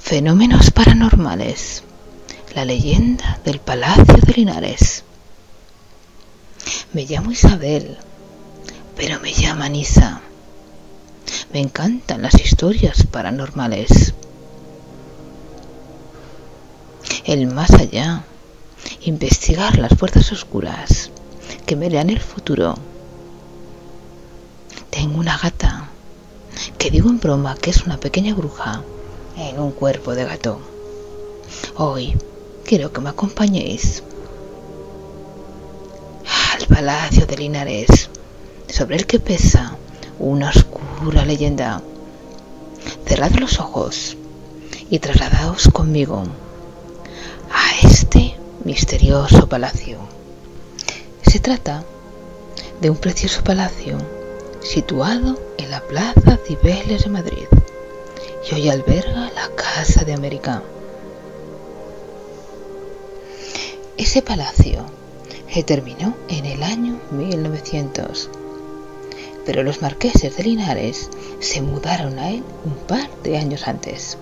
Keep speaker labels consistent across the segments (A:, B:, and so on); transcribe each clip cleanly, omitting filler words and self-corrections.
A: Fenómenos paranormales. La leyenda del Palacio de Linares. Me llamo Isabel, pero me llaman Isa. Me encantan las historias paranormales. El más allá. Investigar las fuerzas oscuras que me lean el futuro. Tengo una gata que digo en broma que es una pequeña bruja en un cuerpo de gato. Hoy quiero que me acompañéis al Palacio de Linares, sobre el que pesa una oscura leyenda. Cerrad los ojos y trasladaos conmigo a este misterioso palacio. Se trata de un precioso palacio situado en la Plaza Cibeles de Madrid y hoy alberga la Casa de América. Ese palacio se terminó en el año 1900, pero los marqueses de Linares se mudaron a él un par de años antes.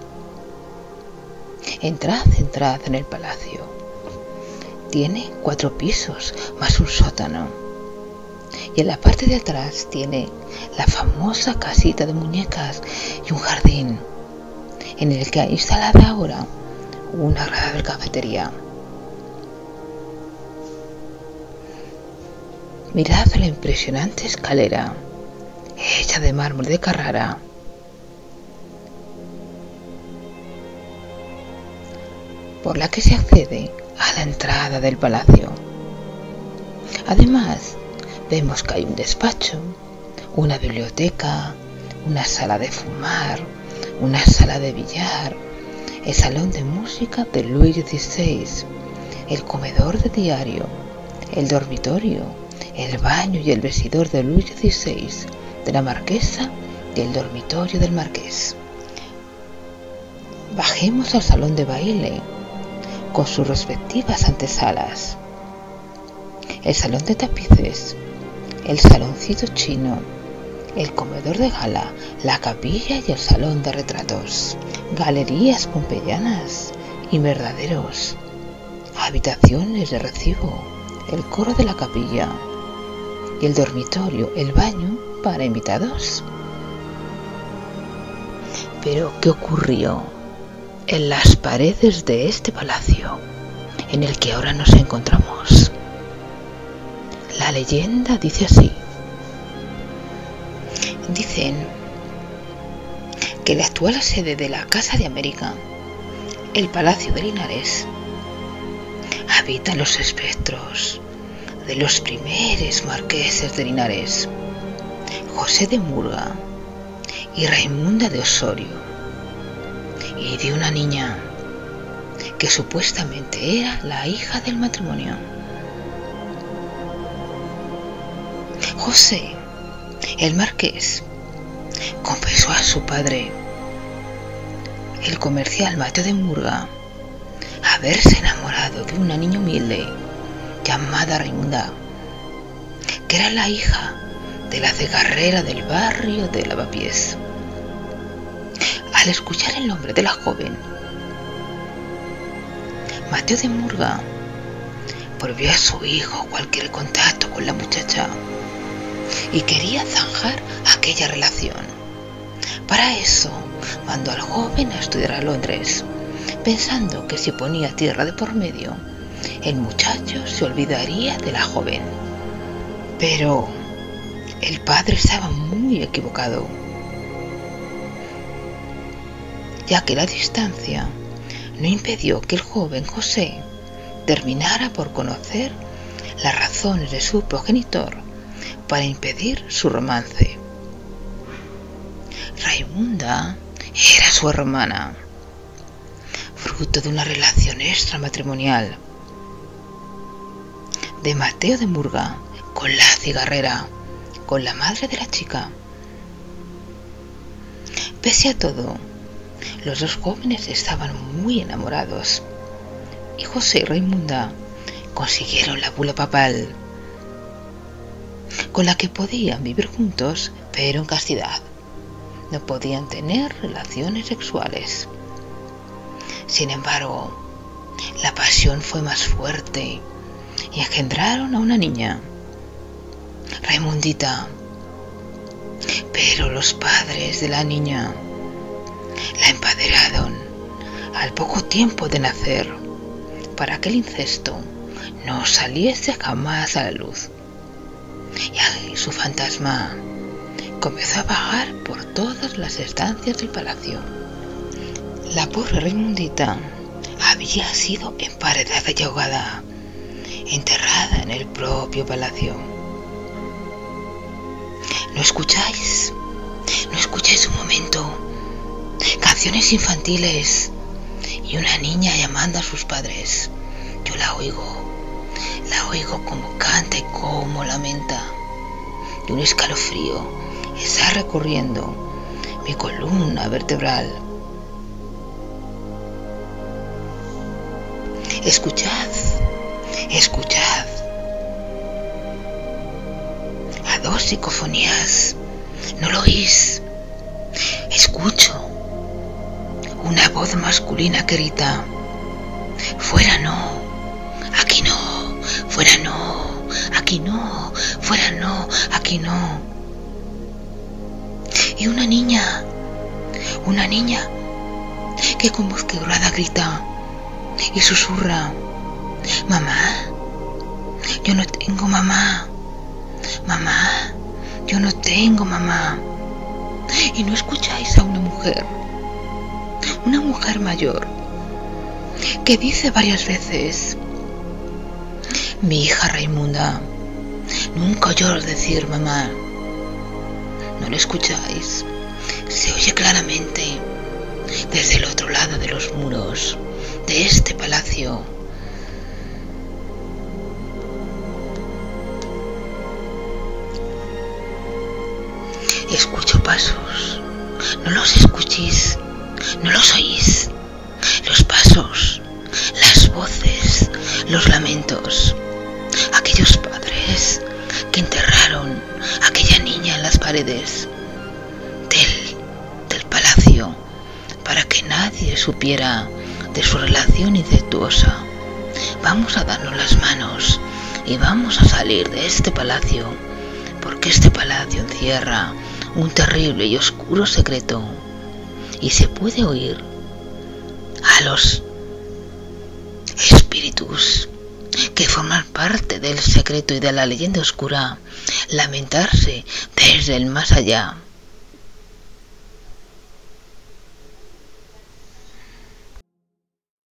A: Entrad en el palacio. Tiene 4 pisos más un sótano. Y en la parte de atrás tiene la famosa casita de muñecas y un jardín en el que hay instalada ahora una agradable cafetería. Mirad la impresionante escalera hecha de mármol de Carrara. Por la que se accede a la entrada del palacio. Además, vemos que hay un despacho, una biblioteca, una sala de fumar, una sala de billar, el salón de música de Luis XVI, el comedor de diario, el dormitorio, el baño y el vestidor de Luis XVI, de la marquesa y el dormitorio del marqués. Bajemos al salón de baile con sus respectivas antesalas, el salón de tapices, el saloncito chino, el comedor de gala, la capilla y el salón de retratos, galerías pompeyanas y verdaderos, habitaciones de recibo, el coro de la capilla y el dormitorio, el baño para invitados. Pero ¿qué ocurrió en las paredes de este palacio en el que ahora nos encontramos? La leyenda dice así. Dicen que la actual sede de la Casa de América, el Palacio de Linares, habitan los espectros de los primeros marqueses de Linares, José de Murga y Raimunda de Osorio, y de una niña que supuestamente era la hija del matrimonio. José, el marqués, confesó a su padre, el comercial Mateo de Murga, haberse enamorado de una niña humilde llamada Raimunda, que era la hija de la cigarrera del barrio de Lavapiés. Al escuchar el nombre de la joven, Mateo de Murga prohibió a su hijo cualquier contacto con la muchacha y quería zanjar aquella relación. Para eso mandó al joven a estudiar a Londres, pensando que si ponía tierra de por medio, el muchacho se olvidaría de la joven. Pero el padre estaba muy equivocado, ya que la distancia no impidió que el joven José terminara por conocer las razones de su progenitor para impedir su romance. Raimunda era su hermana, fruto de una relación extramatrimonial de Mateo de Murga con la cigarrera, con la madre de la chica. Pese a todo, los dos jóvenes estaban muy enamorados y José y Raimunda consiguieron la bula papal, con la que podían vivir juntos, pero en castidad. No podían tener relaciones sexuales. Sin embargo, la pasión fue más fuerte y engendraron a una niña, Raimundita. Pero los padres de la niña la empaderaron al poco tiempo de nacer para que el incesto no saliese jamás a la luz. Y ahí su fantasma comenzó a vagar por todas las estancias del palacio. La pobre Raimundita había sido emparedada y ahogada, enterrada en el propio palacio. ¿No escucháis? ¿No escucháis un momento? Canciones infantiles y una niña llamando a sus padres. Yo la oigo como canta y como lamenta. Y un escalofrío está recorriendo mi columna vertebral. Escuchad, escuchad. A dos psicofonías. ¿No lo oís? Escucho una voz masculina que grita: fuera no, aquí no, fuera no, aquí no, fuera no, aquí no. Y una niña que con voz quebrada grita y susurra: mamá, yo no tengo mamá, mamá, yo no tengo mamá. Y no escucháis a una mujer mayor, que dice varias veces: mi hija Raimunda nunca oyó decir mamá. ¿No lo escucháis? Se oye claramente desde el otro lado de los muros de este palacio. Escucho pasos. ¿No los escuchéis? ¿No los oís? Los pasos, las voces, los lamentos. Aquellos padres que enterraron a aquella niña en las paredes del palacio para que nadie supiera de su relación incestuosa. Vamos a darnos las manos y vamos a salir de este palacio, porque este palacio encierra un terrible y oscuro secreto, y se puede oír a los espíritus que forman parte del secreto y de la leyenda oscura lamentarse desde el más allá.